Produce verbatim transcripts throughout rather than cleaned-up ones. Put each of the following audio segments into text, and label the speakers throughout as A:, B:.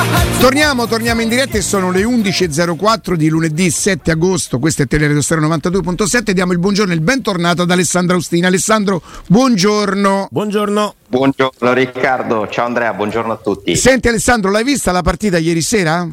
A: Torniamo, torniamo in diretta e sono le undici e zero quattro di lunedì sette agosto, questo è Teleradio Stereo novantadue virgola sette, diamo il buongiorno e il bentornato ad Alessandro Austina. Alessandro, buongiorno.
B: Buongiorno.
C: Buongiorno Riccardo, ciao Andrea, buongiorno a tutti.
A: Senti Alessandro, l'hai vista la partita ieri sera?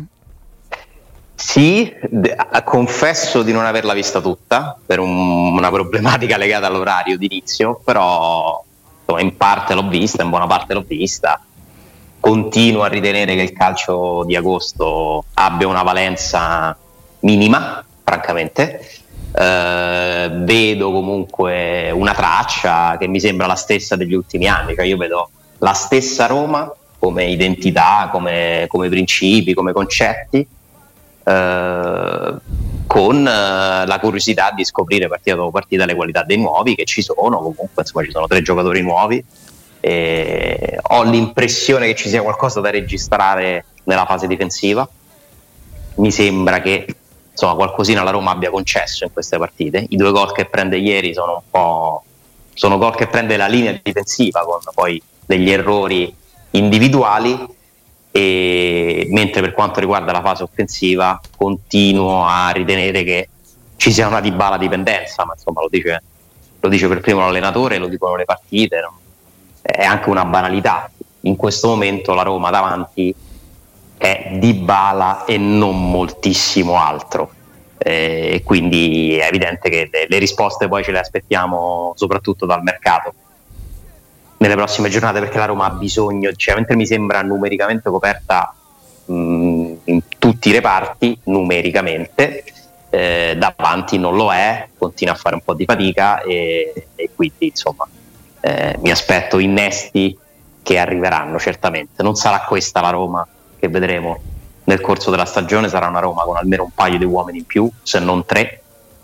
C: Sì, d- confesso di non averla vista tutta per un- una problematica legata all'orario d'inizio, però insomma, in parte l'ho vista, in buona parte l'ho vista. Continuo a ritenere che il calcio di agosto abbia una valenza minima, francamente. Eh, vedo comunque una traccia che mi sembra la stessa degli ultimi anni, cioè io vedo la stessa Roma come identità, come, come principi, come concetti, eh, con eh, la curiosità di scoprire partita dopo partita le qualità dei nuovi che ci sono, comunque insomma ci sono tre giocatori nuovi. E ho l'impressione che ci sia qualcosa da registrare nella fase difensiva. Mi sembra che insomma qualcosina la Roma abbia concesso in queste partite. I due gol che prende ieri sono un po' sono gol che prende la linea difensiva con poi degli errori individuali, e mentre per quanto riguarda la fase offensiva continuo a ritenere che ci sia una Dybala dipendenza, ma insomma lo dice, lo dice per primo l'allenatore, lo dicono le partite, no? È anche una banalità. In questo momento la Roma davanti è Dybala e non moltissimo altro, e eh, quindi è evidente che le, le risposte poi ce le aspettiamo soprattutto dal mercato nelle prossime giornate, perché la Roma ha bisogno, cioè mentre mi sembra numericamente coperta mh, in tutti i reparti numericamente, eh, davanti non lo è, continua a fare un po' di fatica, e, e quindi insomma Eh, mi aspetto innesti che arriveranno certamente. Non sarà questa la Roma che vedremo nel corso della stagione, sarà una Roma con almeno un paio di uomini in più, se non tre,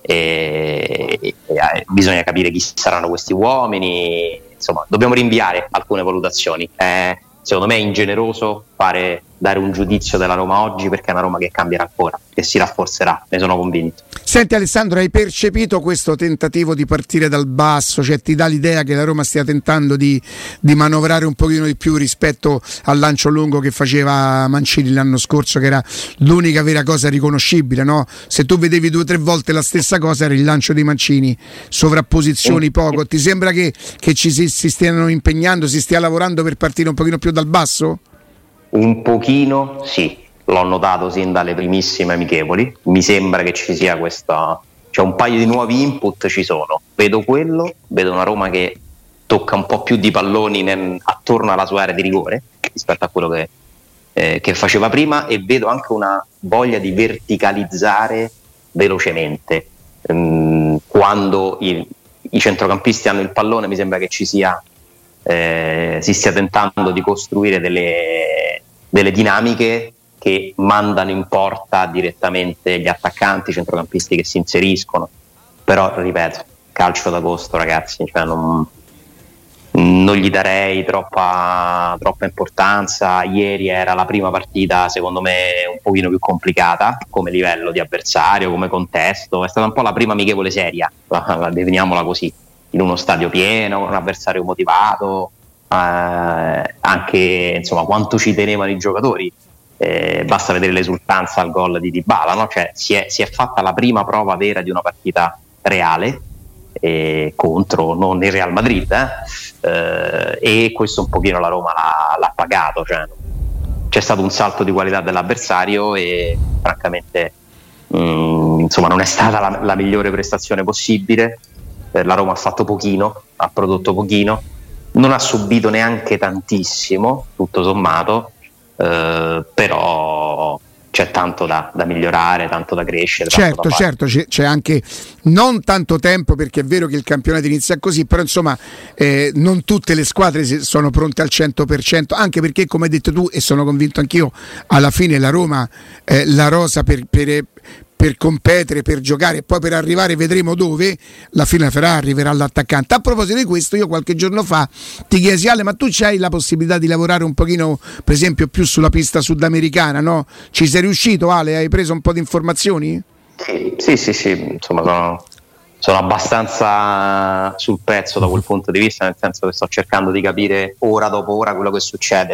C: e, e, e bisogna capire chi saranno questi uomini. Insomma, dobbiamo rinviare alcune valutazioni. Eh, secondo me è ingeneroso fare, dare un giudizio della Roma oggi, perché è una Roma che cambierà ancora, che si rafforzerà, ne sono convinto.
A: Senti Alessandro, hai percepito questo tentativo di partire dal basso? Cioè ti dà l'idea che la Roma stia tentando di, di manovrare un pochino di più rispetto al lancio lungo che faceva Mancini l'anno scorso, che era l'unica vera cosa riconoscibile, no? Se tu vedevi due o tre volte la stessa cosa era il lancio di Mancini, sovrapposizioni poco. Ti sembra che, che ci si, si stiano impegnando, si stia lavorando per partire un pochino più dal basso?
C: Un pochino sì, l'ho notato sin dalle primissime amichevoli. Mi sembra che ci sia questa, cioè un paio di nuovi input ci sono. Vedo quello, vedo una Roma che tocca un po' più di palloni nel, attorno alla sua area di rigore rispetto a quello che, eh, che faceva prima, e vedo anche una voglia di verticalizzare velocemente. Ehm, quando i, i centrocampisti hanno il pallone mi sembra che ci sia eh, si stia tentando di costruire delle, delle dinamiche che mandano in porta direttamente gli attaccanti, i centrocampisti che si inseriscono. Però ripeto, calcio d'agosto ragazzi, cioè non, non gli darei troppa, troppa importanza. Ieri era la prima partita secondo me un pochino più complicata come livello di avversario, come contesto, è stata un po' la prima amichevole seria, la, la definiamola così, in uno stadio pieno, un avversario motivato, eh, anche insomma quanto ci tenevano i giocatori. Eh, basta vedere l'esultanza al gol di Dybala, no? Cioè, si, è, si è fatta la prima prova vera di una partita reale eh, contro non il Real Madrid, eh? Eh, e questo un pochino la Roma l'ha, l'ha pagato, cioè, c'è stato un salto di qualità dell'avversario e francamente mh, insomma non è stata la, la migliore prestazione possibile. Eh, la Roma ha fatto pochino, ha prodotto pochino, non ha subito neanche tantissimo tutto sommato. Uh, però c'è tanto da, da migliorare, tanto da crescere.
A: Certo,
C: da
A: certo, c'è, c'è anche non tanto tempo, perché è vero che il campionato inizia così, però insomma eh, non tutte le squadre sono pronte al cento per cento, anche perché come hai detto tu, e sono convinto anch'io, alla fine la Roma eh, la rosa per, per per competere, per giocare e poi per arrivare, vedremo dove, la fine la farà, arriverà l'attaccante. A proposito di questo, io qualche giorno fa ti chiesi: Ale, ma tu c'hai la possibilità di lavorare un pochino, per esempio, più sulla pista sudamericana, no? Ci sei riuscito, Ale? Hai preso un po' di informazioni?
C: Sì, sì, sì, sì. Insomma sono, sono abbastanza sul pezzo da quel punto di vista, nel senso che sto cercando di capire ora dopo ora quello che succede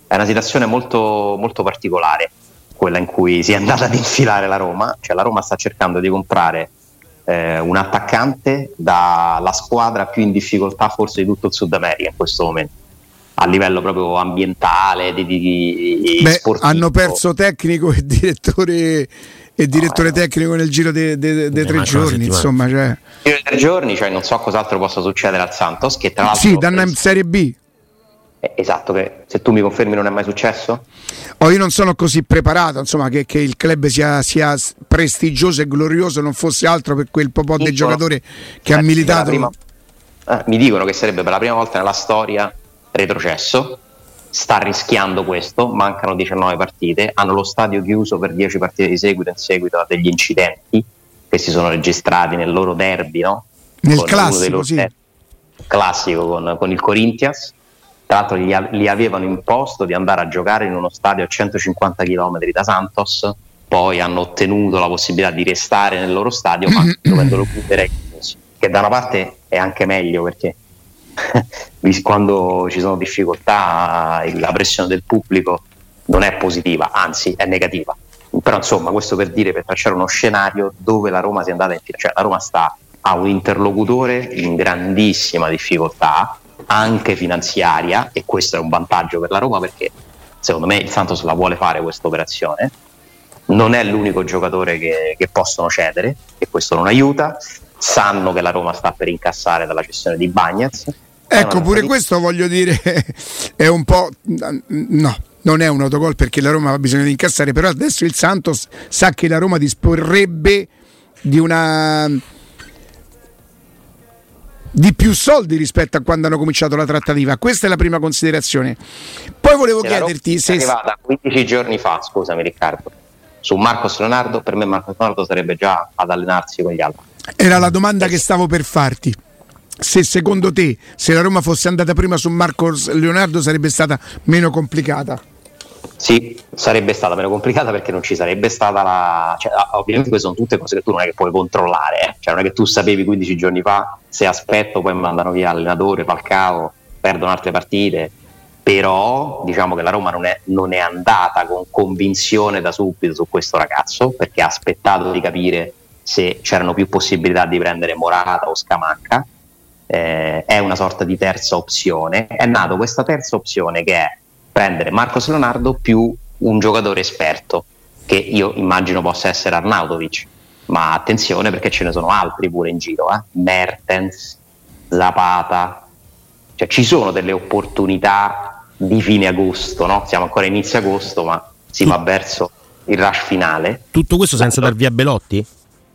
C: è una situazione molto, molto particolare quella in cui si è andata ad infilare la Roma, cioè la Roma sta cercando di comprare eh, un attaccante dalla squadra più in difficoltà forse di tutto il Sud America in questo momento, a livello proprio ambientale, di, di, di
A: Beh,
C: sportivo.
A: hanno perso tecnico e direttore e direttore no, tecnico nel giro dei de, de tre giorni, insomma, cioè.
C: Nel tre giorni, cioè non so cos'altro possa succedere al Santos, che tra l'altro
A: sì, danno in Serie B.
C: Esatto, che se tu mi confermi non è mai successo?
A: Oh, io non sono così preparato, insomma, che, che il club sia, sia prestigioso e glorioso non fosse altro per quel po' di giocatore che eh, ha militato.
C: Prima, eh, mi dicono che sarebbe per la prima volta nella storia retrocesso, sta rischiando questo, mancano diciannove partite, hanno lo stadio chiuso per dieci partite di seguito in seguito a degli incidenti che si sono registrati nel loro derby, no?
A: Nel con classico, sì.
C: derby, classico con, con il Corinthians. Tra l'altro gli, gli avevano imposto di andare a giocare in uno stadio a centocinquanta chilometri da Santos, poi hanno ottenuto la possibilità di restare nel loro stadio, ma dovendolo chiudere, che da una parte è anche meglio, perché quando ci sono difficoltà la pressione del pubblico non è positiva, anzi è negativa. Però insomma, questo per dire, per tracciare uno scenario dove la Roma si è andata in fila, cioè la Roma sta a un interlocutore in grandissima difficoltà anche finanziaria, e questo è un vantaggio per la Roma, perché secondo me il Santos la vuole fare questa operazione, non è l'unico giocatore che, che possono cedere, e questo non aiuta. Sanno che la Roma sta per incassare dalla cessione di Bagnez,
A: ecco pure di... questo voglio dire è un po', no, non è un autogol perché la Roma ha bisogno di incassare, però adesso il Santos sa che la Roma disporrebbe di una di più soldi rispetto a quando hanno cominciato la trattativa. Questa è la prima considerazione. Poi volevo se chiederti se
C: è arrivata quindici giorni fa, scusami Riccardo, su Marcos Leonardo, per me Marcos Leonardo sarebbe già ad allenarsi con gli altri.
A: Era la domanda che stavo per farti. Se secondo te, se la Roma fosse andata prima su Marcos Leonardo, sarebbe stata meno complicata?
C: Sì, sarebbe stata meno complicata, perché non ci sarebbe stata la... Cioè, ovviamente queste sono tutte cose che tu non è che puoi controllare, eh. Cioè non è che tu sapevi quindici giorni fa, se aspetto poi mi mandano via allenatore, Falcao, perdono altre partite. Però diciamo che la Roma non è, non è andata con convinzione da subito su questo ragazzo, perché ha aspettato di capire se c'erano più possibilità di prendere Morata o Scamacca. Eh, è una sorta di terza opzione, è nato questa terza opzione che è prendere Marcos Leonardo più un giocatore esperto, che io immagino possa essere Arnautovic, ma attenzione perché ce ne sono altri pure in giro, eh? Mertens, Zapata, cioè ci sono delle opportunità di fine agosto, no? Siamo ancora inizio agosto, ma si va verso il rush finale.
B: Tutto questo senza dar via Belotti?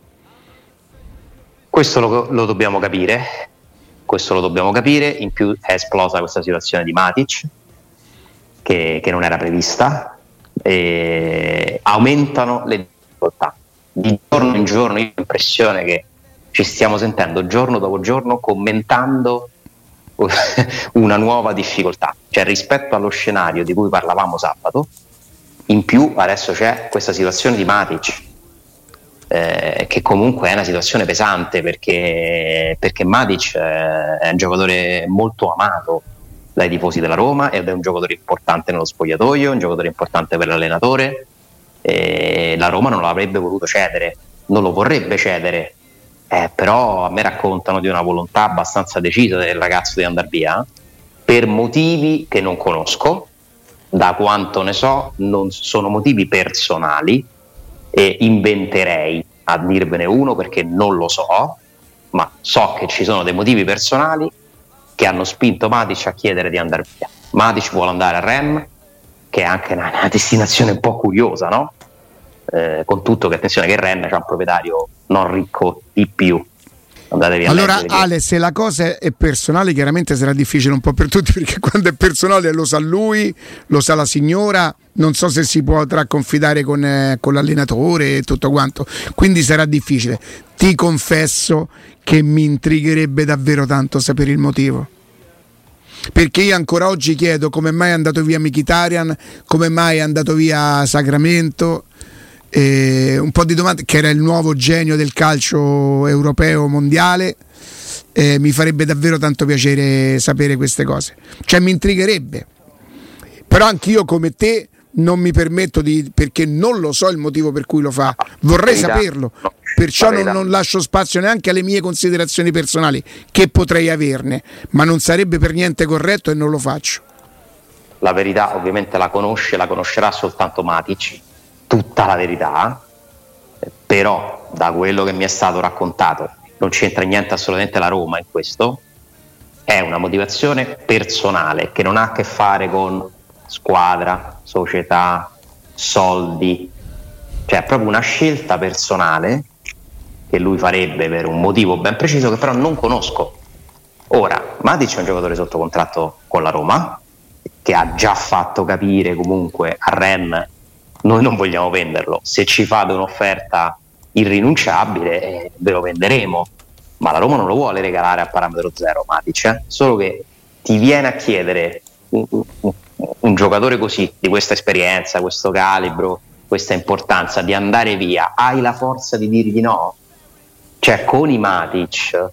C: Questo lo, lo dobbiamo capire, questo lo dobbiamo capire. In più è esplosa questa situazione di Matic, che, che non era prevista, e aumentano le difficoltà. Di giorno in giorno io ho l'impressione che ci stiamo sentendo giorno dopo giorno commentando una nuova difficoltà, cioè rispetto allo scenario di cui parlavamo sabato, in più adesso c'è questa situazione di Matic, eh, che comunque è una situazione pesante, perché, perché Matic eh, è un giocatore molto amato dai tifosi della Roma ed è un giocatore importante nello spogliatoio, un giocatore importante per l'allenatore, e la Roma non l'avrebbe voluto cedere, non lo vorrebbe cedere, eh, però a me raccontano di una volontà abbastanza decisa del ragazzo di andar via, per motivi che non conosco, da quanto ne so non sono motivi personali, e inventerei a dirvene uno perché non lo so, ma so che ci sono dei motivi personali che hanno spinto Matic a chiedere di andare via. Matic vuole andare a Rennes, che è anche una, una destinazione un po' curiosa, no? Eh, con tutto che attenzione che Rennes c'ha un proprietario non ricco di più. Andatevi a
A: allora Ale, se la cosa è personale chiaramente sarà difficile un po' per tutti, perché quando è personale lo sa lui, lo sa la signora, non so se si potrà confidare con, eh, con l'allenatore e tutto quanto, quindi sarà difficile. Ti confesso che mi intrigherebbe davvero tanto sapere il motivo, perché io ancora oggi chiedo come mai è andato via Mkhitaryan, come mai è andato via Sacramento, eh, un po' di domande, che era il nuovo genio del calcio europeo mondiale. Eh, mi farebbe davvero tanto piacere sapere queste cose, cioè mi intrigherebbe, però anch'io come te non mi permetto di, perché non lo so il motivo per cui lo fa, vorrei
C: verità,
A: saperlo,
C: no,
A: perciò non, non lascio spazio neanche alle mie considerazioni personali che potrei averne, ma non sarebbe per niente corretto e non lo faccio.
C: La verità ovviamente la conosce, la conoscerà soltanto Matic, tutta la verità, però da quello che mi è stato raccontato non c'entra niente assolutamente la Roma in questo, è una motivazione personale che non ha a che fare con squadra, società, soldi, cioè è proprio una scelta personale che lui farebbe per un motivo ben preciso che però non conosco. Ora, Matic è un giocatore sotto contratto con la Roma che ha già fatto capire comunque a Rennes noi non vogliamo venderlo, se ci fate un'offerta irrinunciabile eh, ve lo venderemo, ma la Roma non lo vuole regalare a parametro zero Matic, eh? Solo che ti viene a chiedere un, un, un giocatore così, di questa esperienza, questo calibro, questa importanza, di andare via, hai la forza di dirgli no? Cioè con i Matic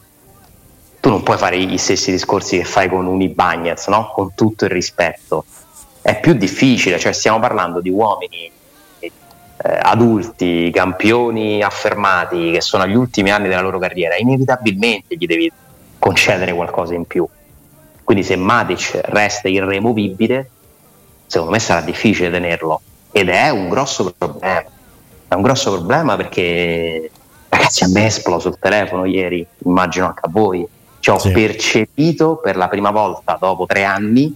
C: tu non puoi fare gli stessi discorsi che fai con un Ibañez, no? Con tutto il rispetto, è più difficile, cioè stiamo parlando di uomini eh, adulti, campioni affermati che sono agli ultimi anni della loro carriera, inevitabilmente gli devi concedere qualcosa in più, quindi se Matic resta irremovibile secondo me sarà difficile tenerlo ed è un grosso problema, è un grosso problema perché ragazzi a me è esploso il telefono ieri, immagino anche a voi, cioè ho sì. percepito per la prima volta dopo tre anni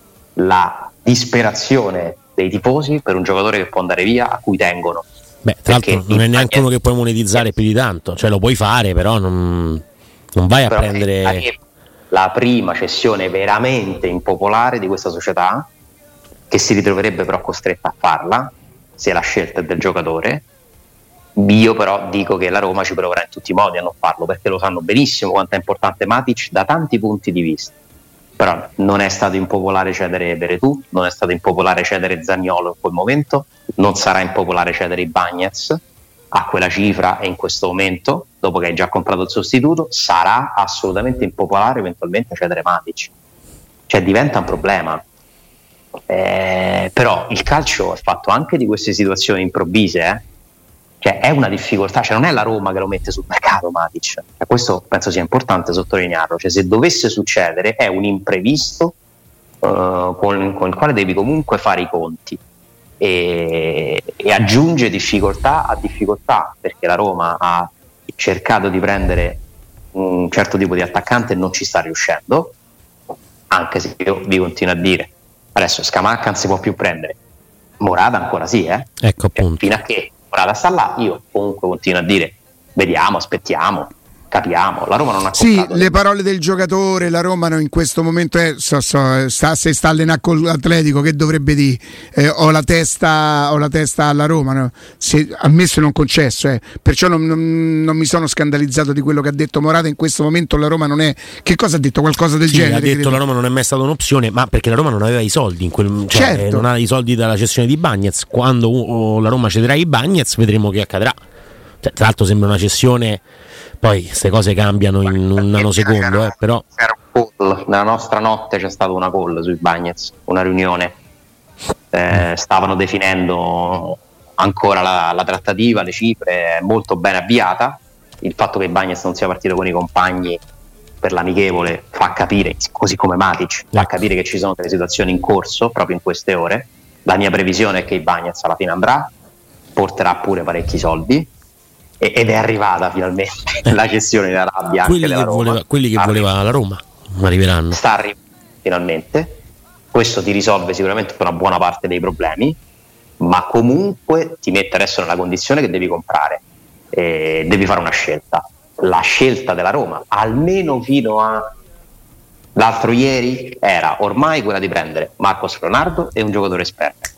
C: la disperazione dei tifosi per un giocatore che può andare via, a cui tengono.
B: Beh, tra l'altro non è neanche uno che puoi monetizzare più di tanto, cioè lo puoi fare però non, non vai a però prendere
C: la prima cessione veramente impopolare di questa società, che si ritroverebbe però costretta a farla se la scelta è del giocatore. Io però dico che la Roma ci proverà in tutti i modi a non farlo, perché lo sanno benissimo quanto è importante Matic da tanti punti di vista, però non è stato impopolare cedere Veretout, non è stato impopolare cedere Zaniolo in quel momento, non sarà impopolare cedere Ibañez a quella cifra e in questo momento, dopo che hai già comprato il sostituto, sarà assolutamente impopolare eventualmente cedere Matic, cioè diventa un problema. Eh, però il calcio è fatto anche di queste situazioni improvvise, eh? Cioè è una difficoltà, cioè non è la Roma che lo mette sul mercato Matic, e questo penso sia importante sottolinearlo, cioè se dovesse succedere è un imprevisto uh, con, con il quale devi comunque fare i conti e, e aggiunge difficoltà a difficoltà, perché la Roma ha cercato di prendere un certo tipo di attaccante e non ci sta riuscendo, anche se io vi continuo a dire adesso Scamacca non si può più prendere, Morata ancora sì, eh?
B: Ecco appunto.
C: Cioè, fino a che Morata sta là, io comunque continuo a dire vediamo, aspettiamo, capiamo. La Roma non ha
A: sì, le parole del giocatore, la Roma in questo momento è, so, so, sta, se sta allenando con l'Atletico che dovrebbe dire eh, ho la testa ho la testa alla Roma, no? Se, ammesso e non concesso, eh. Perciò non, non, non mi sono scandalizzato di quello che ha detto Morata. In questo momento la Roma non è, che cosa ha detto? Qualcosa del
B: sì,
A: genere,
B: ha detto
A: credo.
B: La Roma non è mai stata un'opzione, ma perché la Roma non aveva i soldi in quel, cioè,
A: certo.
B: non ha i soldi dalla cessione di Ibañez. Quando uh, la Roma cederà Ibañez vedremo che accadrà, cioè, tra l'altro sembra una cessione, poi queste cose cambiano in un nanosecondo, eh, però
C: era un call. Nella nostra notte c'è stata una call su Ibañez, una riunione, eh, stavano definendo ancora la, la trattativa, le cifre, molto ben avviata. Il fatto che Ibañez non sia partito con i compagni per l'amichevole fa capire, così come Matic, fa capire che ci sono delle situazioni in corso proprio in queste ore. La mia previsione è che Ibañez alla fine andrà, porterà pure parecchi soldi ed è arrivata finalmente la cessione in Arabia,
B: quelli
C: anche della
B: che
C: Roma.
B: voleva, quelli che voleva la Roma arriveranno,
C: sta arrivando finalmente. Questo ti risolve sicuramente una buona parte dei problemi, ma comunque ti mette adesso nella condizione che devi comprare e devi fare una scelta. La scelta della Roma, almeno fino a l'altro ieri, era ormai quella di prendere Marcos Leonardo e un giocatore esperto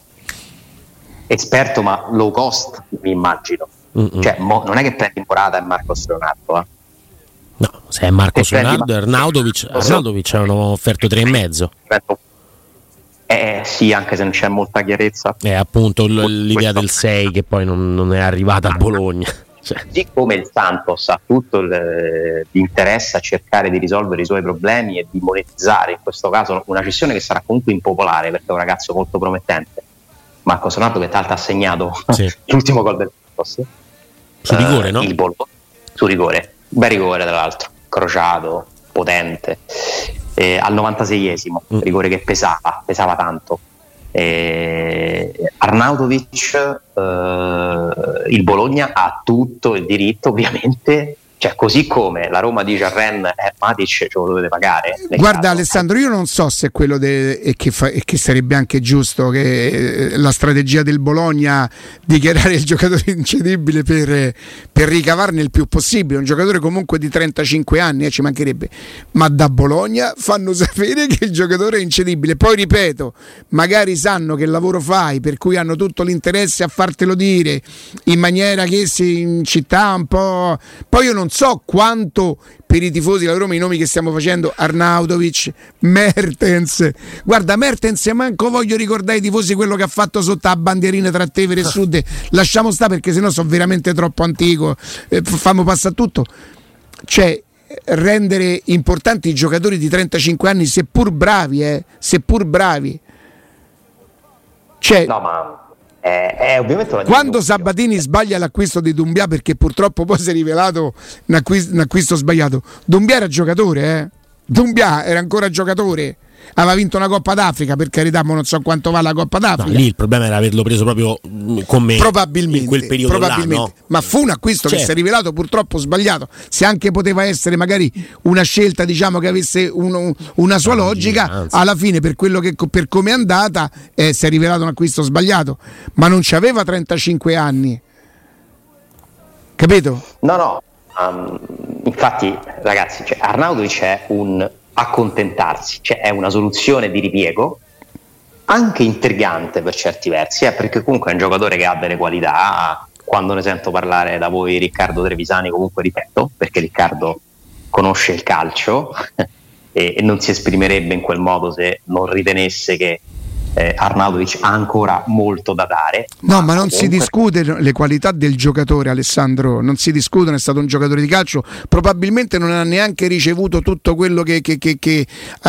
C: esperto ma low cost, mi immagino. Mm-mm. Cioè mo, non è che prendi Morata e Marcos Leonardo, eh?
B: No, se è Marcos Leonardo e
C: Mar-
B: Arnautovic Arnautovic hanno offerto tre e mezzo.
C: Eh sì, anche se non c'è molta chiarezza.
B: È appunto l- l'idea del sei che poi non, non è arrivata a Bologna. Cioè.
C: Così come il Santos ha tutto il, l'interesse a cercare di risolvere i suoi problemi e di monetizzare in questo caso una cessione che sarà comunque impopolare perché è un ragazzo molto promettente. Marco Sonato che talvolta ha segnato sì. l'ultimo gol del Santos
B: su rigore, uh, no?
C: Il Bologna su rigore, bel rigore tra l'altro, crociato, potente, eh, al novantaseiesimo, mm. rigore che pesava, pesava tanto. Eh, Arnautovic, eh, il Bologna ha tutto il diritto, ovviamente, cioè così come la Roma dice a Ren eh, Matic ce lo dovete pagare.
A: Guarda
C: caso.
A: Alessandro, io non so se è quello de, e, che fa, e che sarebbe anche giusto che eh, la strategia del Bologna dichiarare il giocatore incedibile per, per ricavarne il più possibile, un giocatore comunque di trentacinque anni, eh, ci mancherebbe, ma da Bologna fanno sapere che il giocatore è incedibile. Poi ripeto, magari sanno che lavoro fai, per cui hanno tutto l'interesse a fartelo dire in maniera che si in città un po'. Poi io non so quanto per i tifosi della Roma i nomi che stiamo facendo, Arnautovic, Mertens, guarda Mertens manco voglio ricordare ai tifosi quello che ha fatto sotto la bandierina tra Tevere e Sud, lasciamo stare perché sennò sono veramente troppo antico, eh, fammo passare tutto. Cioè rendere importanti i giocatori di trentacinque anni seppur bravi, eh, seppur bravi, cioè
C: no ma È, è ovviamente una
A: quando Sabatini sbaglia l'acquisto di Doumbia, perché purtroppo poi si è rivelato un acquisto, un acquisto sbagliato. Doumbia era giocatore, eh? Doumbia era ancora giocatore, aveva vinto una Coppa d'Africa, per carità, ma non so quanto va la Coppa d'Africa.
B: No, lì il problema era averlo preso proprio come
A: probabilmente,
B: in quel periodo
A: probabilmente.
B: Là, no?
A: Ma fu un acquisto
B: certo.
A: che si è rivelato purtroppo sbagliato. Se anche poteva essere magari una scelta, diciamo, che avesse un, una sua
B: no,
A: logica,
B: anzi.
A: alla fine per quello che per come è andata eh, si è rivelato un acquisto sbagliato, ma non c'aveva trentacinque anni, capito?
C: No no um, infatti ragazzi, cioè, Arnautovic è un accontentarsi, cioè è una soluzione di ripiego anche intrigante per certi versi, eh, perché comunque è un giocatore che ha delle qualità. Quando ne sento parlare da voi Riccardo Trevisani, comunque ripeto, perché Riccardo conosce il calcio e, e non si esprimerebbe in quel modo se non ritenesse che eh, Arnautovic ha ancora molto da dare.
A: No, ma, ma non
C: comunque...
A: si discute le qualità del giocatore, Alessandro, non si discutono, è stato un giocatore di calcio, probabilmente non ha neanche ricevuto tutto quello che, che, che, che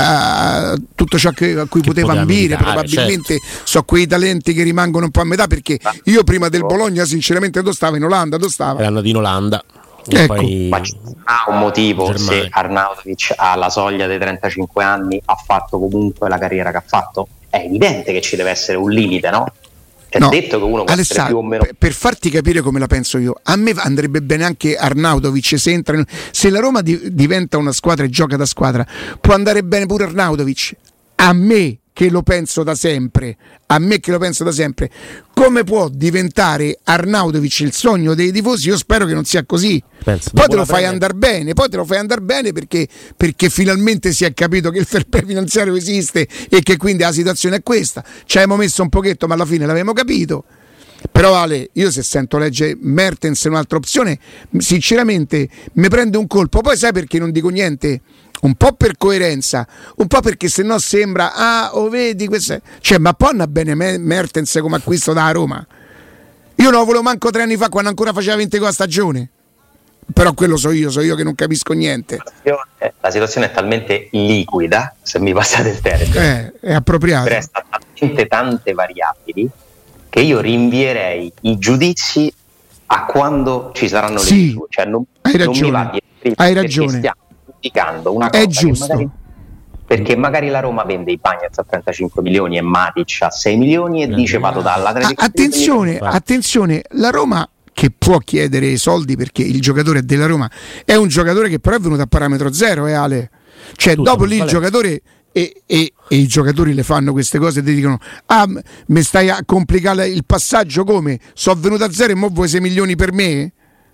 A: uh, tutto ciò che, a cui che poteva ambire, meritare, probabilmente certo. So quei talenti che rimangono un po' a metà, perché io prima del Bologna sinceramente dove stava? In Olanda, dove stava?
B: Era andato in Olanda.
A: Ecco.
B: Poi...
C: Ma ha un motivo Germania. Se Arnautovic alla soglia dei trentacinque anni ha fatto comunque la carriera che ha fatto? È evidente che ci deve essere un limite, no? È no, detto che uno può essere più o meno.
A: Per farti capire come la penso io, a me andrebbe bene anche Arnautovic se entra, se la Roma di, diventa una squadra e gioca da squadra, può andare bene pure Arnautovic. A me che lo penso da sempre, a me che lo penso da sempre, come può diventare Arnautovic il sogno dei tifosi? Io spero che non sia così.
B: Penso,
A: poi te lo fai andare bene, poi te lo fai andare bene perché, perché finalmente si è capito che il fair play finanziario esiste e che quindi la situazione è questa. Ci abbiamo messo un pochetto, ma alla fine l'avevamo capito. Però Ale, io se sento leggere Mertens un'altra opzione, sinceramente mi prende un colpo. Poi sai perché non dico niente? Un po' per coerenza, un po' perché sennò sembra ah, oh vedi questo è... cioè, ma poi andrà bene Mertens come acquisto da Roma. Io non lo volevo manco tre anni fa quando ancora faceva venti gol a stagione. Però quello so io, so io che non capisco niente.
C: La situazione è talmente liquida, se mi passate il termine,
A: eh, è appropriato.
C: Resta talmente tante variabili che io rinvierei i giudizi a quando ci saranno le
A: sì,
C: misure. Cioè non,
A: hai
C: non
A: ragione,
C: mi va di
A: hai ragione.
C: Stiamo giudicando una cosa
A: è giusto.
C: Che magari, perché magari la Roma vende i Bagnets a trentacinque milioni e Matic a sei milioni e eh, dice vado dalla
A: a- attenzione, attenzione, la Roma che può chiedere soldi perché il giocatore della Roma è un giocatore che però è venuto a parametro zero, eh Ale? Cioè tutto, dopo lì il giocatore e, e, e i giocatori le fanno queste cose e ti dicono ah mi stai a complicare il passaggio, come? Sono venuto a zero e mo vuoi sei milioni per me?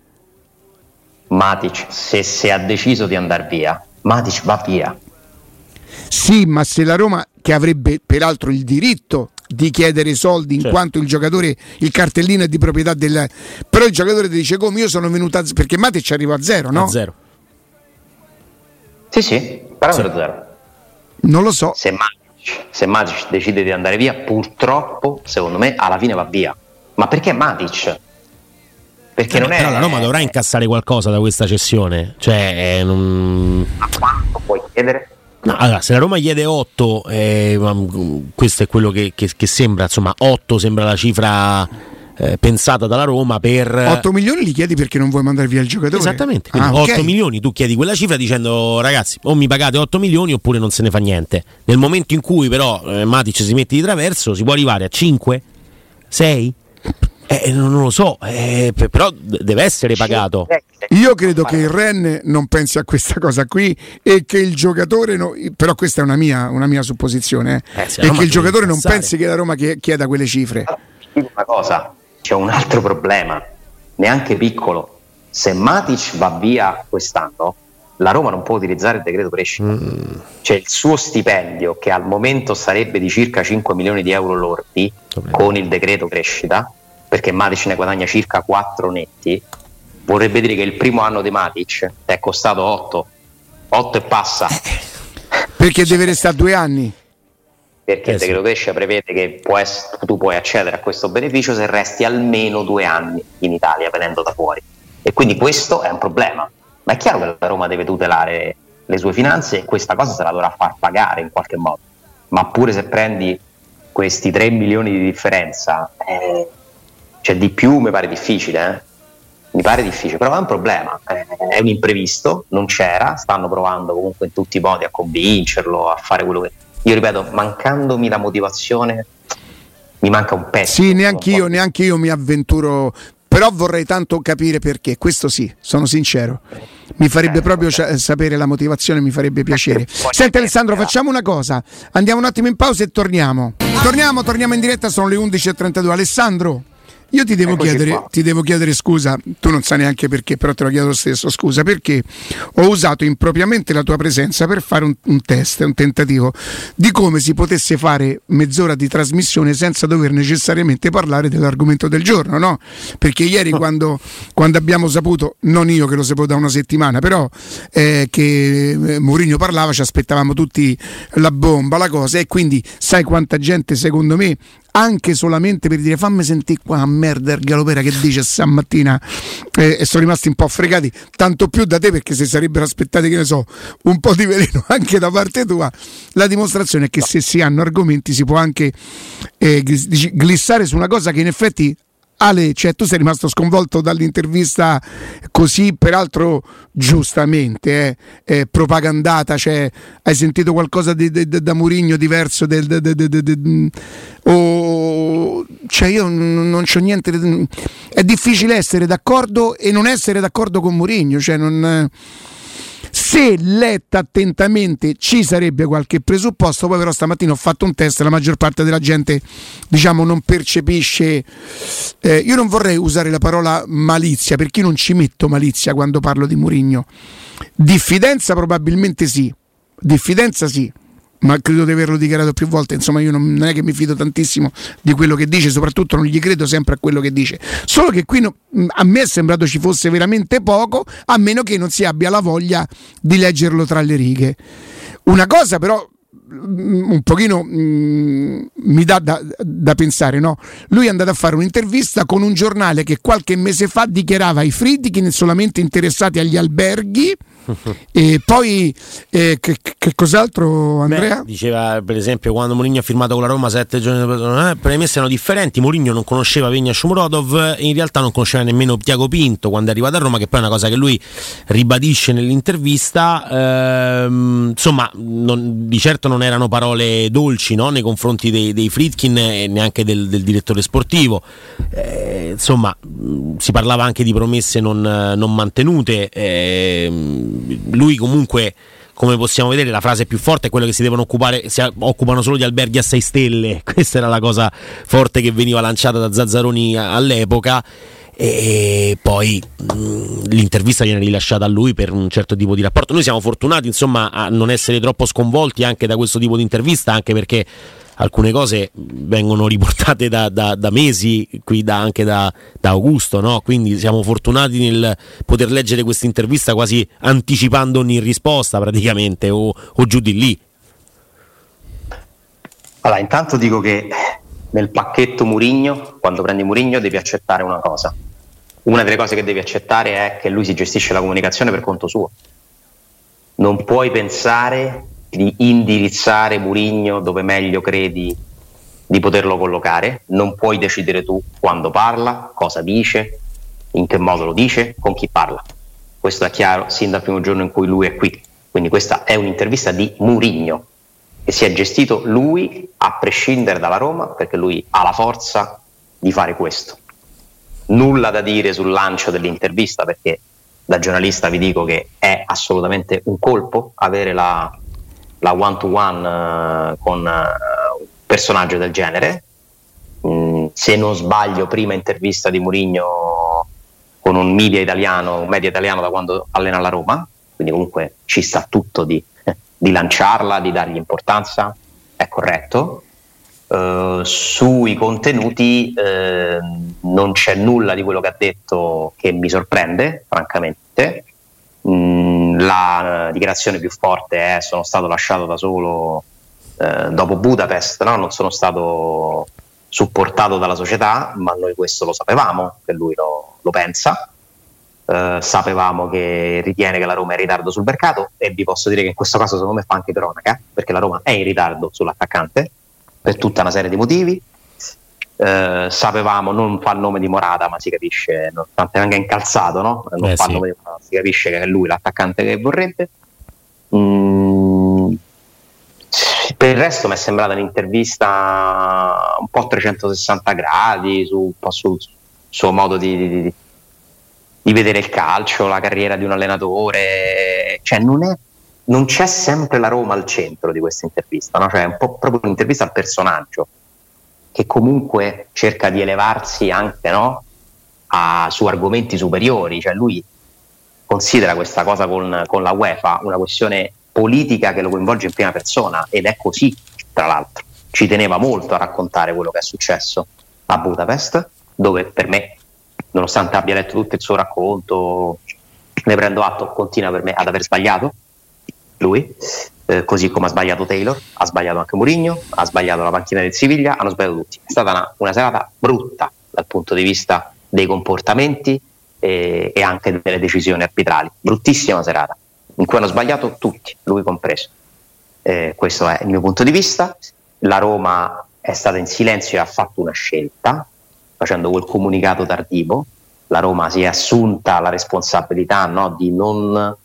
C: Matic se, se ha deciso di andare via, Matic va via.
A: Sì, ma se la Roma, che avrebbe peraltro il diritto di chiedere soldi in certo. quanto il giocatore, il cartellino è di proprietà del, però il giocatore ti dice come io sono venuto a zero, perché Matic arriva a zero, no?
B: A zero.
C: Sì, sì, parametro sì. zero.
A: Non lo so.
C: Se Matic, se Matic decide di andare via, purtroppo, secondo me, alla fine va via. Ma perché Matic? perché
B: eh,
C: non è...
B: Però la Roma dovrà incassare qualcosa da questa cessione, cioè eh, non...
C: A quanto puoi chiedere?
B: No, allora, se la Roma chiede otto, eh, questo è quello che, che, che sembra, insomma, otto sembra la cifra eh, pensata dalla Roma per...
A: otto milioni li chiedi perché non vuoi mandare via il giocatore?
B: Esattamente,
A: ah,
B: otto
A: okay.
B: milioni, tu chiedi quella cifra dicendo ragazzi o mi pagate otto milioni oppure non se ne fa niente. Nel momento in cui però eh, Matic si mette di traverso si può arrivare a cinque, sei? Eh, non lo so, eh, però deve essere pagato.
A: Io credo che il Ren non pensi a questa cosa qui e che il giocatore, no, però questa è una mia, una mia supposizione, eh,
B: eh,
A: e che il giocatore non pensi che la Roma chieda quelle cifre.
C: Dico una cosa, c'è un altro problema, neanche piccolo. Se Matic va via quest'anno, la Roma non può utilizzare il decreto crescita. Mm. Cioè il suo stipendio, che al momento sarebbe di circa cinque milioni di euro lordi, okay, con il decreto crescita, perché Matic ne guadagna circa quattro netti, vorrebbe dire che il primo anno di Matic è costato otto, otto e passa.
A: Perché deve restare due anni?
C: Perché
B: eh
C: il decreto crescita prevede che può essere, tu puoi accedere a questo beneficio se resti almeno due anni in Italia venendo da fuori, e quindi questo è un problema. Ma è chiaro che la Roma deve tutelare le sue finanze e questa cosa se la dovrà far pagare in qualche modo, ma pure se prendi questi tre milioni di differenza, eh, cioè di più mi pare difficile, eh? mi pare difficile, però è un problema, eh, è un imprevisto, non c'era, stanno provando comunque in tutti i modi a convincerlo, a fare quello che... Io ripeto, mancandomi la motivazione mi manca un pezzo.
A: Sì, neanche io, neanche io mi avventuro, però vorrei tanto capire perché, questo sì, sono sincero. Mi farebbe proprio c- sapere la motivazione, mi farebbe piacere. Senti Alessandro, facciamo una cosa, andiamo un attimo in pausa e torniamo. Torniamo, torniamo in diretta, sono le undici e trentadue. Alessandro, io ti devo chiedere, ti devo chiedere scusa, tu non sai neanche perché, però te lo chiedo lo stesso, scusa, perché ho usato impropriamente la tua presenza per fare un, un test, un tentativo di come si potesse fare mezz'ora di trasmissione senza dover necessariamente parlare dell'argomento del giorno, no? Perché ieri oh. quando, quando abbiamo saputo, non io che lo sapevo da una settimana, però eh, che Mourinho parlava, ci aspettavamo tutti la bomba, la cosa, e quindi sai quanta gente secondo me anche solamente per dire fammi sentire qua a merda il Galopera che dice stamattina eh, e sono rimasti un po' fregati, tanto più da te perché se sarebbero aspettati, che ne so, un po' di veleno anche da parte tua. La dimostrazione è che se si hanno argomenti si può anche eh, glissare su una cosa che in effetti Ale, cioè tu sei rimasto sconvolto dall'intervista così, peraltro giustamente eh, eh, propagandata, cioè hai sentito qualcosa di, di, di, da Mourinho diverso del, de, de, de, de, de, oh, cioè io non, non c'ho niente, è difficile essere d'accordo e non essere d'accordo con Mourinho, cioè non... Se letta attentamente ci sarebbe qualche presupposto, poi però stamattina ho fatto un test, la maggior parte della gente diciamo non percepisce, eh, io non vorrei usare la parola malizia perché io non ci metto malizia quando parlo di Mourinho, diffidenza probabilmente sì, diffidenza sì, ma credo di averlo dichiarato più volte, insomma io non, non è che mi fido tantissimo di quello che dice, soprattutto non gli credo sempre a quello che dice, solo che qui no, a me è sembrato ci fosse veramente poco, a meno che non si abbia la voglia di leggerlo tra le righe. Una cosa però un pochino mh, mi dà da, da pensare, no? Lui è andato a fare un'intervista con un giornale che qualche mese fa dichiarava i Friedkin solamente interessati agli alberghi. E poi eh, che, che cos'altro, Andrea?
B: Beh, diceva per esempio quando Mourinho ha firmato con la Roma sette giorni dopo, eh, premesse erano differenti. Mourinho non conosceva Vigna Shomurodov, in realtà non conosceva nemmeno Tiago Pinto quando è arrivato a Roma, che poi è una cosa che lui ribadisce nell'intervista. Ehm, insomma, non, di certo non erano parole dolci, no? Nei confronti dei, dei Friedkin e neanche del, del direttore sportivo. Eh, insomma, si parlava anche di promesse non, non mantenute. Eh, lui comunque, come possiamo vedere, la frase più forte è quella che si devono occupare, si occupano solo di alberghi a sei stelle. Questa era la cosa forte che veniva lanciata da Zazzaroni all'epoca, e poi mh, l'intervista viene rilasciata a lui per un certo tipo di rapporto. Noi siamo fortunati insomma a non essere troppo sconvolti anche da questo tipo di intervista, anche perché alcune cose vengono riportate da, da, da mesi qui, da, anche da, da Augusto, no? Quindi siamo fortunati nel poter leggere questa intervista quasi anticipando ogni risposta praticamente, o, o giù di lì.
C: Allora, intanto dico che nel pacchetto Mourinho, quando prendi Mourinho devi accettare una cosa, una delle cose che devi accettare è che lui si gestisce la comunicazione per conto suo. Non puoi pensare di indirizzare Mourinho dove meglio credi di poterlo collocare, non puoi decidere tu quando parla, cosa dice, in che modo lo dice, con chi parla. Questo è chiaro sin dal primo giorno in cui lui è qui. Quindi questa è un'intervista di Mourinho che si è gestito lui a prescindere dalla Roma, perché lui ha la forza di fare questo. Nulla da dire sul lancio dell'intervista, perché da giornalista vi dico che è assolutamente un colpo avere la, la one to one uh, con uh, un personaggio del genere. Mm, se non sbaglio, prima intervista di Mourinho con un media italiano, un media italiano da quando allena la Roma, quindi comunque ci sta tutto di, di lanciarla, di dargli importanza, è corretto. Uh, sui contenuti uh, non c'è nulla di quello che ha detto che mi sorprende, francamente. Mm, la dichiarazione più forte è: sono stato lasciato da solo uh, dopo Budapest, no? Non sono stato supportato dalla società, ma noi questo lo sapevamo che lui lo, lo pensa. Uh, sapevamo che ritiene che la Roma è in ritardo sul mercato, e vi posso dire che in questo caso secondo me fa anche cronaca, perché la Roma è in ritardo sull'attaccante per tutta una serie di motivi. Uh, sapevamo, non fa il nome di Morata, ma si capisce, nonostante venga incalzato, no? Non
B: eh
C: fa
B: sì.
C: il nome di Morata, si capisce che è lui l'attaccante che vorrebbe. Mm, per il resto mi è sembrata un'intervista un po' a trecentosessanta gradi su, un po' sul suo modo di, di, di di vedere il calcio, la carriera di un allenatore, cioè non è, non c'è sempre la Roma al centro di questa intervista, no? Cioè è un po' proprio un'intervista al personaggio che comunque cerca di elevarsi anche, no? A, su argomenti superiori, cioè lui considera questa cosa con, con la UEFA una questione politica che lo coinvolge in prima persona, ed è così, tra l'altro. Ci teneva molto a raccontare quello che è successo a Budapest, dove per me, nonostante abbia letto tutto il suo racconto, ne prendo atto, continua per me ad aver sbagliato lui, eh, così come ha sbagliato Taylor, ha sbagliato anche Mourinho, ha sbagliato la panchina del Siviglia, hanno sbagliato tutti. È stata una, una serata brutta dal punto di vista dei comportamenti e, e anche delle decisioni arbitrali, bruttissima serata in cui hanno sbagliato tutti, lui compreso. Eh, questo è il mio punto di vista. La Roma è stata in silenzio e ha fatto una scelta, facendo quel comunicato tardivo. La Roma si è assunta la responsabilità, no, di non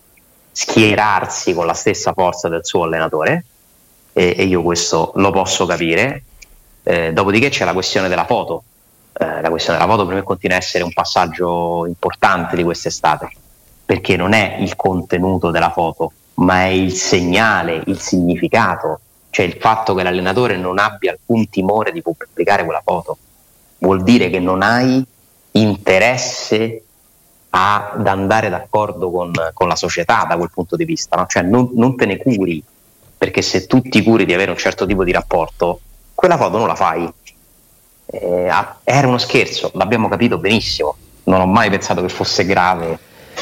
C: schierarsi con la stessa forza del suo allenatore, e, e io questo lo posso capire. Eh, dopodiché c'è la questione della foto. Eh, la questione della foto per me continua a essere un passaggio importante di quest'estate, perché non è il contenuto della foto, ma è il segnale, il significato, cioè il fatto che l'allenatore non abbia alcun timore di pubblicare quella foto. Vuol dire che non hai interesse a, ad andare d'accordo con, con la società da quel punto di vista, no? Cioè non, non te ne curi, perché se tu ti curi di avere un certo tipo di rapporto, quella foto non la fai. Eh, era uno scherzo, l'abbiamo capito benissimo, non ho mai pensato che fosse grave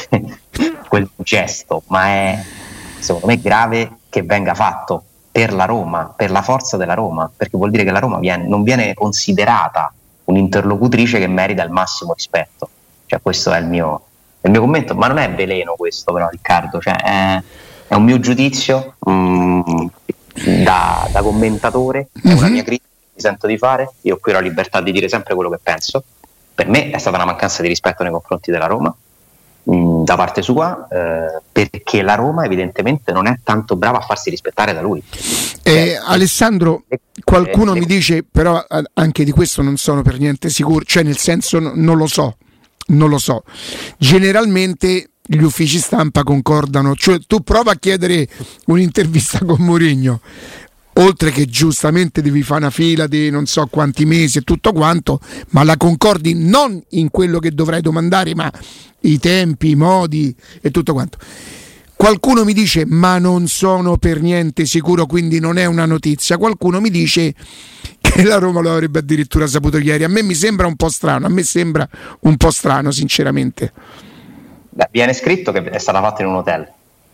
C: quel gesto, ma è secondo me grave che venga fatto per la Roma, per la forza della Roma, perché vuol dire che la Roma viene, non viene considerata un'interlocutrice che merita il massimo rispetto. Cioè questo è il mio, il mio commento, ma non è veleno questo però, Riccardo, cioè è, è un mio giudizio mm, da, da commentatore, è una mia critica che mi sento di fare. Io qui ho la libertà di dire sempre quello che penso. Per me è stata una mancanza di rispetto nei confronti della Roma mh, da parte sua, eh, perché la Roma evidentemente non è tanto brava a farsi rispettare da lui.
A: Eh,
C: eh,
A: Alessandro, qualcuno
C: eh,
A: mi dice, però anche di questo non sono per niente sicuro, cioè nel senso no, non lo so, non lo so. Generalmente gli uffici stampa concordano, cioè tu prova a chiedere un'intervista con Mourinho, oltre che giustamente devi fare una fila di non so quanti mesi e tutto quanto, ma la concordi non in quello che dovrai domandare, ma i tempi, i modi e tutto quanto. Qualcuno mi dice ma non sono per niente sicuro, quindi non è una notizia. Qualcuno mi dice che la Roma lo avrebbe addirittura saputo ieri. A me mi sembra un po' strano, a me sembra un po' strano sinceramente.
C: Beh, viene scritto che è stata fatta in un hotel.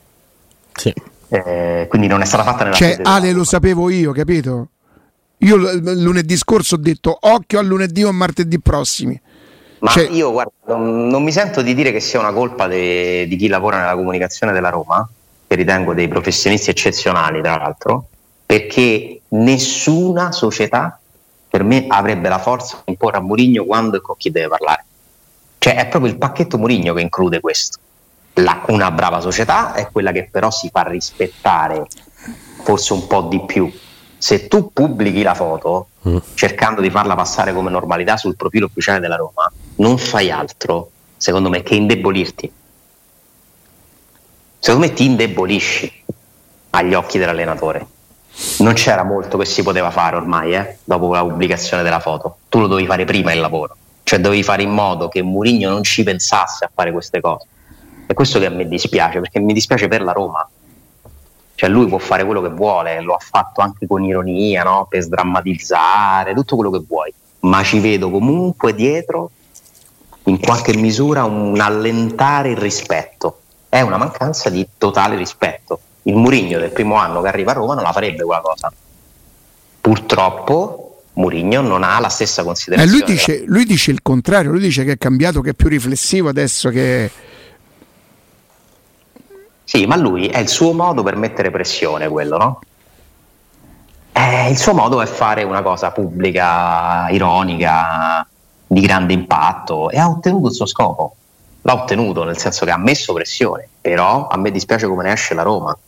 B: Sì.
C: Eh, quindi non è stata fatta nella
A: Cioè
C: sede
A: Ale
C: della
A: lo sapevo io, capito? Io l- lunedì scorso ho detto occhio a lunedì o martedì prossimi.
C: Ma
A: cioè,
C: io guarda, non, non mi sento di dire che sia una colpa de, di chi lavora nella comunicazione della Roma, che ritengo dei professionisti eccezionali tra l'altro, perché nessuna società per me avrebbe la forza di imporre a Mourinho quando e con chi deve parlare. Cioè è proprio il pacchetto Mourinho che include questo. La, una brava società è quella che però si fa rispettare forse un po' di più. Se tu pubblichi la foto mm. cercando di farla passare come normalità sul profilo ufficiale della Roma, non fai altro, secondo me, che indebolirti. Secondo me ti indebolisci agli occhi dell'allenatore. Non c'era molto che si poteva fare ormai, eh, dopo la pubblicazione della foto. Tu lo dovevi fare prima il lavoro, cioè dovevi fare in modo che Mourinho non ci pensasse a fare queste cose. È questo che a me dispiace, perché mi dispiace per la Roma. Cioè lui può fare quello che vuole, lo ha fatto anche con ironia, no? Per sdrammatizzare, tutto quello che vuoi, ma ci vedo comunque dietro in qualche misura un allentare il rispetto. È una mancanza di totale rispetto. Il Mourinho del primo anno che arriva a Roma non la farebbe quella cosa. Purtroppo Mourinho non ha la stessa considerazione.
A: Eh, lui, dice, lui dice il contrario, lui dice che è cambiato, che è più riflessivo adesso che...
C: Sì, ma lui è il suo modo per mettere pressione, quello, no? Eh, il suo modo è fare una cosa pubblica, ironica, di grande impatto, e ha ottenuto il suo scopo. L'ha ottenuto, nel senso che ha messo pressione, però a me dispiace come ne esce la Roma.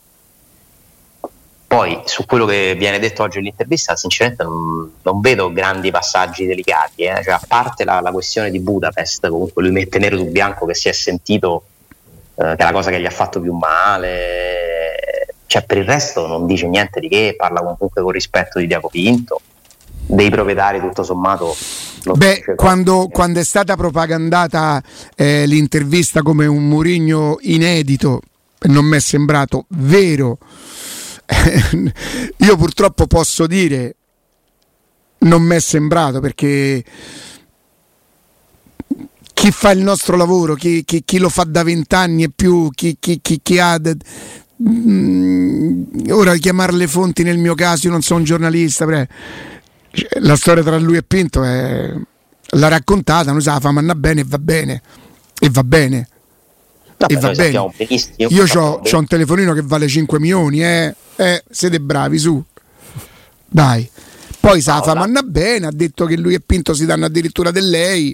C: Poi su quello che viene detto oggi nell'intervista, sinceramente non, non vedo grandi passaggi delicati, eh? Cioè, a parte la, la questione di Budapest, comunque lui mette nero su bianco che si è sentito che è la cosa che gli ha fatto più male, cioè per il resto non dice niente di che, parla comunque con rispetto di Diaco Pinto, dei proprietari tutto sommato.
A: Beh, quando, quando è stata propagandata eh, l'intervista come un Mourinho inedito, non mi è sembrato vero. Io purtroppo posso dire non mi è sembrato, perché chi fa il nostro lavoro, chi, chi, chi lo fa da vent'anni e più, chi, chi, chi, chi ha... Mm, ora chiamare le fonti nel mio caso, io non sono un giornalista, pre... la storia tra lui e Pinto è... l'ha raccontata, noi sa, la fa manna bene e va bene, e va bene,
C: no,
A: e va bene. Io c'ho, c'ho un telefonino che vale cinque milioni, eh, eh siete bravi, su, dai. Poi sa, no, fa manna bene, ha detto che lui e Pinto si danno addirittura del lei.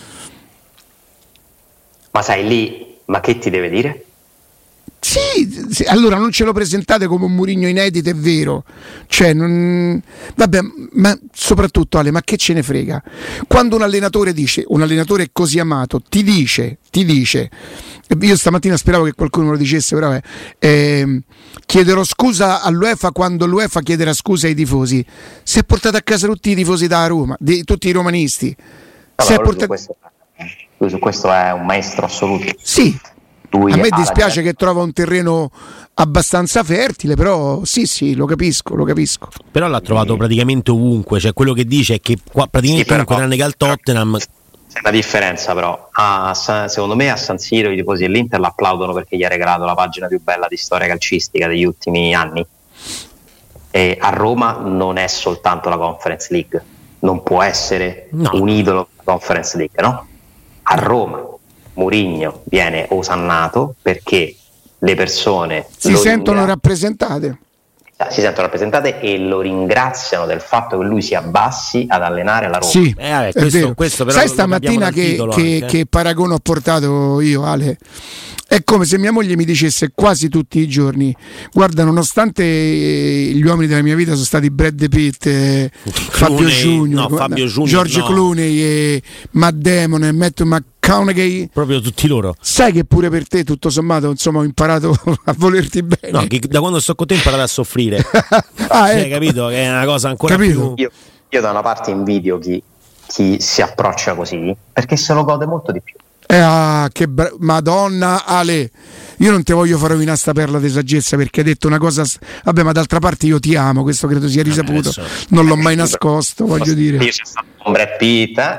C: Ma sai lì, ma che ti deve dire?
A: Sì, sì, allora non ce lo presentate come un Mourinho inedito, è vero. Cioè, non... vabbè, ma soprattutto Ale, ma che ce ne frega? Quando un allenatore dice, un allenatore così amato, ti dice, ti dice, io stamattina speravo che qualcuno me lo dicesse, però eh, eh, chiederò scusa all'UEFA quando l'UEFA chiederà scusa ai tifosi. Si è portato a casa tutti i tifosi da Roma, di, tutti i romanisti.
C: Vabbè,
A: si è portato...
C: questo... Lui su questo è un maestro assoluto.
A: Sì,
C: Lui
A: a me dispiace che trova un terreno abbastanza fertile, però sì, sì, lo capisco, lo capisco.
B: Però l'ha trovato sì. praticamente ovunque, cioè quello che dice è che qua, praticamente
C: sì,
B: ovunque, tranne che al Tottenham.
C: C'è una differenza però, ah, secondo me a San Siro i tifosi dell'Inter l'applaudono perché gli ha regalato la pagina più bella di storia calcistica degli ultimi anni. E a Roma non è soltanto la Conference League, non può essere no. un idolo della Conference League, no? A Roma Mourinho viene osannato perché le persone
A: si sentono ringra- rappresentate
C: si sentono rappresentate e lo ringraziano del fatto che lui si abbassi ad allenare la Roma.
A: Sì,
B: eh, vabbè, questo,
A: è vero.
B: Questo però
A: sai stamattina che, che, che paragono ho portato io, Ale? È come se mia moglie mi dicesse quasi tutti i giorni: guarda, nonostante gli uomini della mia vita sono stati Brad Pitt, eh, Fabio Junior,
B: no, Fabio Junior,
A: George
B: no.
A: Clooney e Matt Damon e Matthew McConaughey,
B: proprio tutti loro,
A: sai che pure per te tutto sommato insomma ho imparato a volerti bene.
B: No, che da quando sto con te ho imparato a soffrire.
A: Ah,
B: cioè,
A: ecco.
B: capito che è una cosa ancora
A: capito?
B: più
C: io, io da una parte invidio chi, chi si approccia così, perché se lo gode molto di più.
A: Eh, ah, che bra- Madonna Ale, io non ti voglio far rovinare sta perla di saggezza perché hai detto una cosa, vabbè, ma d'altra parte io ti amo, questo credo sia risaputo, non l'ho mai nascosto, voglio dire.
C: Io c'è stato un Brad Pitt,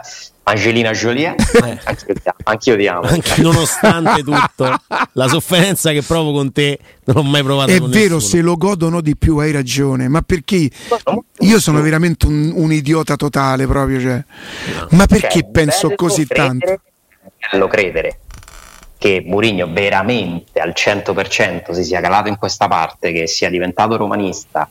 C: Angelina Jolie, eh. anch'io ti amo.
B: Anche nonostante tutto, la sofferenza che provo con te non l'ho mai provata
A: è
B: con
A: vero,
B: nessuno.
A: se lo godono di più, hai ragione, ma perché io sono veramente un, un idiota totale proprio, cioè. No. Ma perché cioè, penso così tanto?
C: È bello credere che Mourinho veramente al cento per cento si sia calato in questa parte, che sia diventato romanista,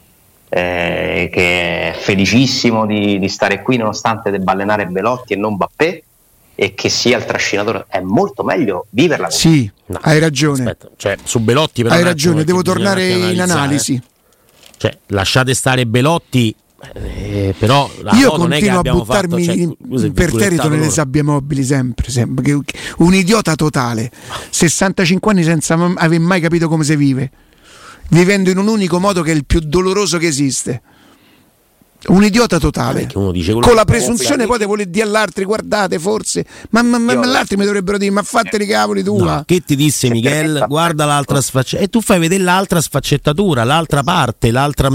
C: Eh, che è felicissimo di, di stare qui nonostante debba allenare Belotti e non Mbappé, e che sia il trascinatore. È molto meglio viverla così.
A: Sì, no, hai ragione.
B: Aspetta, cioè, su Belotti però
A: hai ragione, devo tornare in analisi.
B: Cioè, lasciate stare Belotti, eh, però la
A: io
B: continuo
A: non è che
B: a
A: buttarmi
B: fatto,
A: in,
B: cioè,
A: imperterrito nelle sabbie mobili sempre, sempre. Un idiota totale, sessantacinque anni senza aver mai capito come si vive, vivendo in un unico modo che è il più doloroso che esiste. Un idiota totale,
B: uno dice
A: con la presunzione poi di voler dire all'altri guardate forse, ma, ma, ma, ma l'altri mi dovrebbero dire ma fate i cavoli tua.
B: No, che ti disse Michel? Guarda l'altra sfaccettatura, e tu fai vedere l'altra sfaccettatura, l'altra parte, l'altra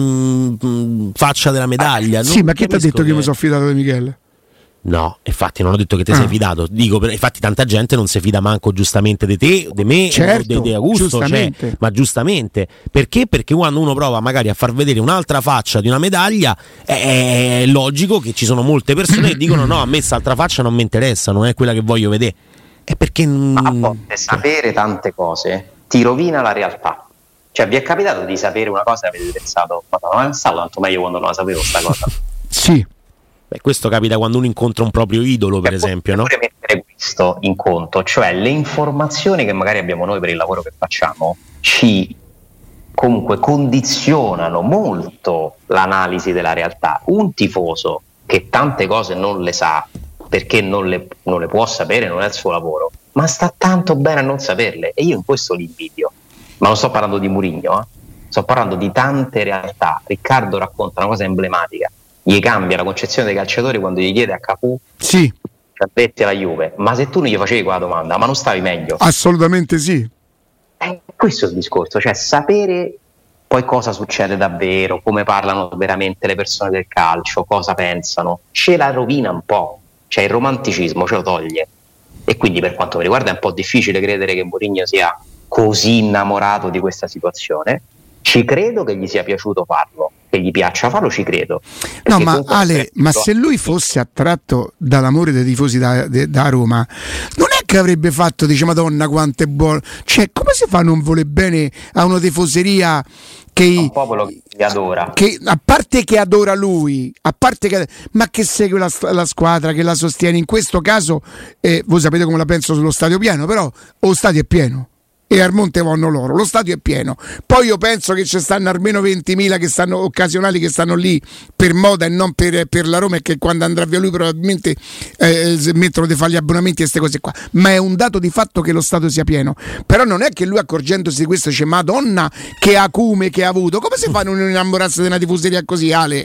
B: mh, faccia della medaglia.
A: Sì, ma chi ti ha detto che io mi sono fidato di Michel?
B: No, infatti non ho detto che te ah. sei fidato, dico, infatti tanta gente non si fida manco giustamente di te, di me,
A: certo,
B: di Augusto, cioè, ma giustamente, perché? Perché quando uno prova magari a far vedere un'altra faccia di una medaglia è, è logico che ci sono molte persone che dicono no, a me quest'altra faccia non mi interessa, non è quella che voglio vedere. È perché
C: ma a volte sapere tante cose ti rovina la realtà. Cioè vi è capitato di sapere una cosa e avete pensato ma non è stato tanto meglio quando non la sapevo sta cosa?
A: Sì.
B: Beh, questo capita quando uno incontra un proprio idolo, per esempio, no?
C: Pure mettere questo in conto, cioè le informazioni che magari abbiamo noi per il lavoro che facciamo ci comunque condizionano molto l'analisi della realtà. Un tifoso che tante cose non le sa perché non le, non le può sapere, non è il suo lavoro, ma sta tanto bene a non saperle, e io in questo li invidio. Ma non sto parlando di Mourinho, eh? Sto parlando di tante realtà. Riccardo racconta una cosa emblematica. Gli cambia la concezione dei calciatori quando gli chiede a Cafu,
A: sì,
C: Betti alla Juve, ma se tu non gli facevi quella domanda, ma non stavi meglio?
A: Assolutamente sì.
C: Eh, questo è il discorso, cioè sapere poi cosa succede davvero, come parlano veramente le persone del calcio, cosa pensano, ce la rovina un po', cioè il romanticismo ce lo toglie, e quindi per quanto mi riguarda è un po' difficile credere che Mourinho sia così innamorato di questa situazione. Ci credo che gli sia piaciuto farlo, che gli piaccia farlo, ci credo.
A: No, ma Ale, ma se lui fosse attratto dall'amore dei tifosi da, de, da Roma, non è che avrebbe fatto, dice Madonna quanto è buono, cioè come si fa a non voler bene a una tifoseria che
C: un popolo che li adora,
A: che a parte che adora lui, a parte che, ma che segue la, la squadra, che la sostiene. In questo caso eh, voi sapete come la penso sullo stadio pieno, però lo stadio è pieno e al Monte vanno loro, lo stadio è pieno. Poi io penso che ci stanno almeno ventimila che stanno occasionali, che stanno lì per moda e non per, per la Roma, e che quando andrà via lui probabilmente eh, smettono di fare gli abbonamenti e queste cose qua. Ma è un dato di fatto che lo stadio sia pieno. Però non è che lui, accorgendosi di questo, dice Madonna che acume che ha avuto. Come si fa a non innamorarsi di una tifoseria così, Ale?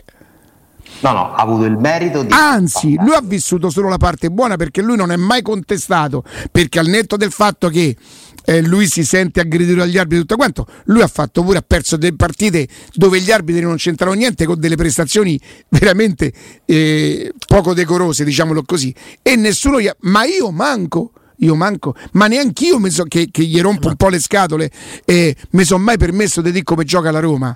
C: No, no, ha avuto il merito di...
A: Anzi, lui ha vissuto solo la parte buona, perché lui non è mai contestato, perché al netto del fatto che eh, lui si sente aggredito dagli arbitri e tutto quanto, lui ha fatto pure, ha perso delle partite dove gli arbitri non c'entravano niente, con delle prestazioni veramente eh, poco decorose, diciamolo così, e nessuno gli ha... ma io manco io manco, ma neanche io mi so, che, che gli rompo un po' le scatole, eh, mi sono mai permesso di dire come gioca la Roma.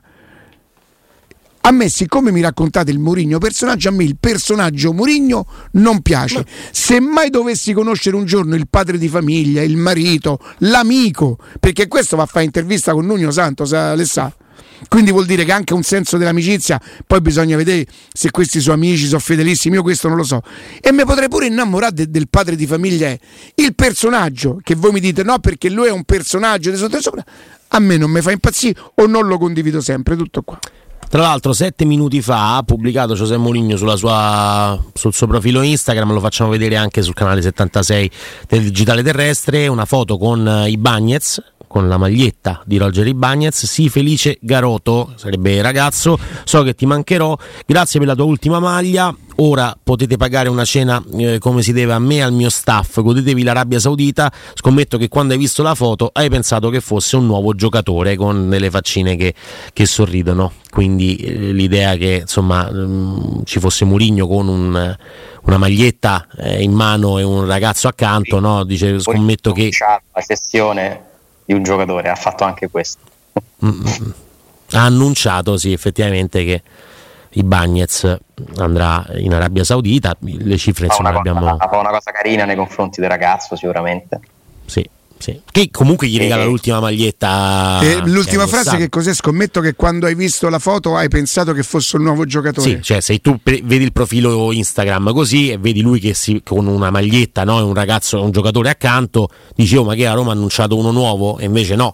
A: A me, siccome mi raccontate il Mourinho personaggio, a me il personaggio Mourinho non piace. Se mai dovessi conoscere un giorno il padre di famiglia, il marito, l'amico, perché questo va a fare intervista con Nuno Santos, le sa. Quindi vuol dire che anche un senso dell'amicizia, poi bisogna vedere se questi sono amici, sono fedelissimi, io questo non lo so. E mi potrei pure innamorare de- del padre di famiglia. Il personaggio, che voi mi dite no perché lui è un personaggio di sotto e sopra, a me non mi fa impazzire o non lo condivido sempre, tutto qua.
B: Tra l'altro sette minuti fa ha pubblicato José Mourinho sulla sua, sul suo profilo Instagram, lo facciamo vedere anche sul canale settantasei del Digitale Terrestre, una foto con Ibañez, con la maglietta di Roger Ibañez. Sii felice Garoto, sarebbe ragazzo, so che ti mancherò, grazie per la tua ultima maglia, ora potete pagare una cena eh, come si deve a me e al mio staff, godetevi l'Arabia Saudita, scommetto che quando hai visto la foto hai pensato che fosse un nuovo giocatore con delle faccine che, che sorridono, quindi eh, l'idea che insomma mh, ci fosse Mourinho con un, una maglietta eh, in mano e un ragazzo accanto, sì. No? Dice, scommetto che
C: la sessione di un giocatore ha fatto anche questo.
B: Mm-hmm. Ha annunciato sì effettivamente che Ibañez andrà in Arabia Saudita, le cifre
C: fa
B: insomma
C: una,
B: abbiamo...
C: fa una cosa carina nei confronti del ragazzo sicuramente,
B: sì, sì. Che comunque gli regala
C: e...
B: l'ultima maglietta.
A: E l'ultima frase che cos'è? Scommetto che quando hai visto la foto hai pensato che fosse un nuovo giocatore.
B: Sì, cioè se tu pre- vedi il profilo Instagram così e vedi lui che si, con una maglietta, no, un ragazzo, un giocatore accanto, dici oh ma che a Roma ha annunciato uno nuovo, e invece no,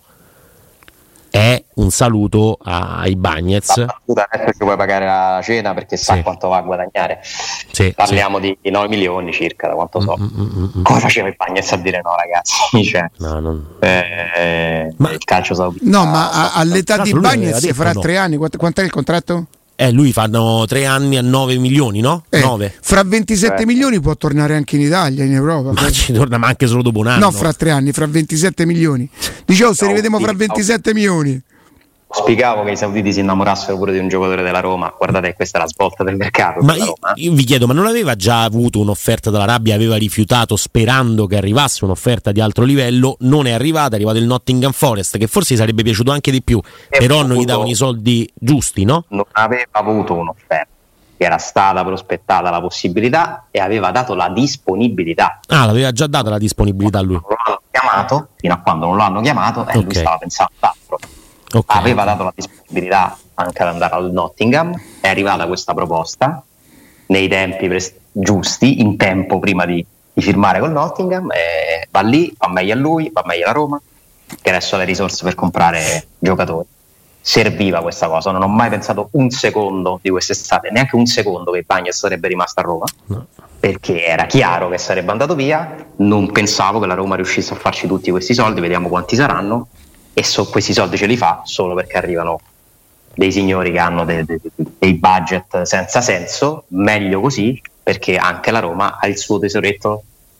B: è un saluto a Ibañez.
C: Adesso ci puoi pagare la cena perché sa sì. quanto va a guadagnare, sì, parliamo sì. di nove milioni circa, da quanto so. Mm-mm-mm. Come faceva Ibañez a dire no ragazzi, cioè,
B: no, non...
C: eh, ma... il calcio saudita,
A: no ma a, all'età di Ibañez farà no. tre anni, quanto, quant'è il contratto?
B: Eh, lui fanno tre anni a nove milioni, no?
A: Eh,
B: nove.
A: Fra ventisette eh. milioni può tornare anche in Italia, in Europa.
B: Ma ci torna ma anche solo dopo un anno.
A: No, fra tre anni, fra ventisette milioni. Dicevo, se no, rivediamo fra ventisette milioni.
C: Spiegavo che i sauditi si innamorassero pure di un giocatore della Roma. Guardate, questa è la svolta del mercato.
B: Ma io, io vi chiedo, ma non aveva già avuto un'offerta dall'Arabia? Aveva rifiutato sperando che arrivasse un'offerta di alto livello? Non è arrivata, è arrivato il Nottingham Forest, che forse gli sarebbe piaciuto anche di più, e però non gli davano i soldi giusti, no?
C: Non aveva avuto un'offerta, era stata prospettata la possibilità e aveva dato la disponibilità.
B: Ah, l'aveva già data la disponibilità a lui?
C: Non l'hanno chiamato, fino a quando non l'hanno chiamato, e okay. lui stava pensando altro. Okay. Aveva dato la disponibilità anche ad andare al Nottingham, è arrivata questa proposta nei tempi pres- giusti, in tempo prima di, di firmare col Nottingham, e va lì, va meglio a lui, va meglio la Roma, che adesso ha le risorse per comprare giocatori. Serviva questa cosa, non ho mai pensato un secondo di quest'estate, neanche un secondo che Ibañez sarebbe rimasto a Roma, no. Perché era chiaro che sarebbe andato via, non pensavo che la Roma riuscisse a farci tutti questi soldi, vediamo quanti saranno. E so, questi soldi ce li fa solo perché arrivano dei signori che hanno dei, dei, dei budget senza senso, meglio così, perché anche la Roma ha il suo tesoretto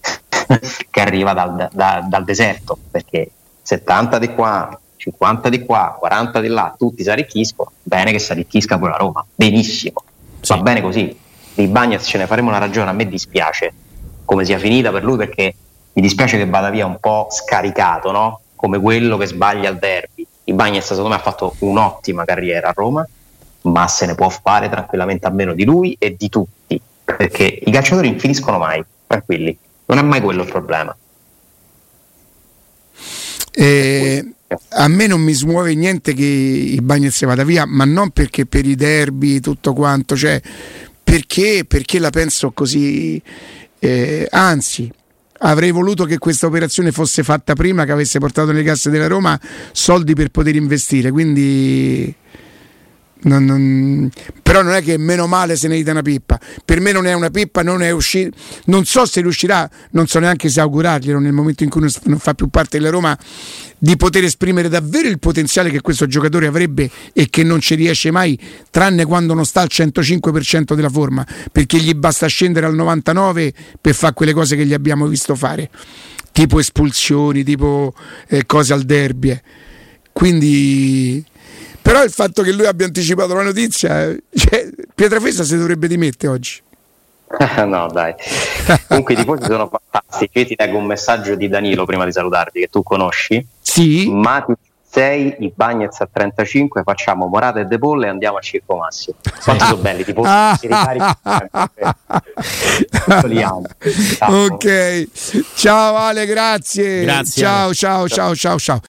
C: che arriva dal, da, dal deserto, perché settanta di qua, cinquanta di qua, quaranta di là, tutti si arricchiscono, bene che si arricchisca pure la Roma, benissimo, sì. Va bene così. Di Ibañez ce ne faremo una ragione, a me dispiace come sia finita per lui, perché mi dispiace che vada via un po' scaricato, no? Come quello che sbaglia al derby. Ibañez secondo me ha fatto un'ottima carriera a Roma, ma se ne può fare tranquillamente a meno di lui e di tutti, perché i calciatori non finiscono mai, tranquilli, non è mai quello il problema.
A: Eh, a me non mi smuove niente che Ibañez vada via, ma non perché per i derby tutto quanto, cioè perché, perché la penso così, eh, anzi avrei voluto che questa operazione fosse fatta prima, che avesse portato nelle casse della Roma soldi per poter investire, quindi non, non... però non è che meno male se ne dà una pippa, per me non è una pippa, non è uscito, non so se riuscirà, non so neanche se augurarglielo nel momento in cui non fa più parte della Roma, di poter esprimere davvero il potenziale che questo giocatore avrebbe e che non ci riesce mai, tranne quando non sta al centocinque per cento della forma, perché gli basta scendere al novantanove per fare quelle cose che gli abbiamo visto fare, tipo espulsioni, tipo eh, cose al derby, eh. Quindi però il fatto che lui abbia anticipato la notizia, cioè, Pietrafesa si dovrebbe dimettere oggi.
C: No dai, comunque i tifosi sono fantastici. Io ti leggo un messaggio di Danilo prima di salutarti, che tu conosci.
A: Sì.
C: Matic sei, Ibañez a trentacinque, facciamo Morata e De Paul e andiamo a Circo Massimo. Quanti sono belli i tifosi, si ricaricano.
A: Ok, ciao Ale, grazie.
B: Grazie.
A: Ciao, ciao, ciao, ciao, ciao.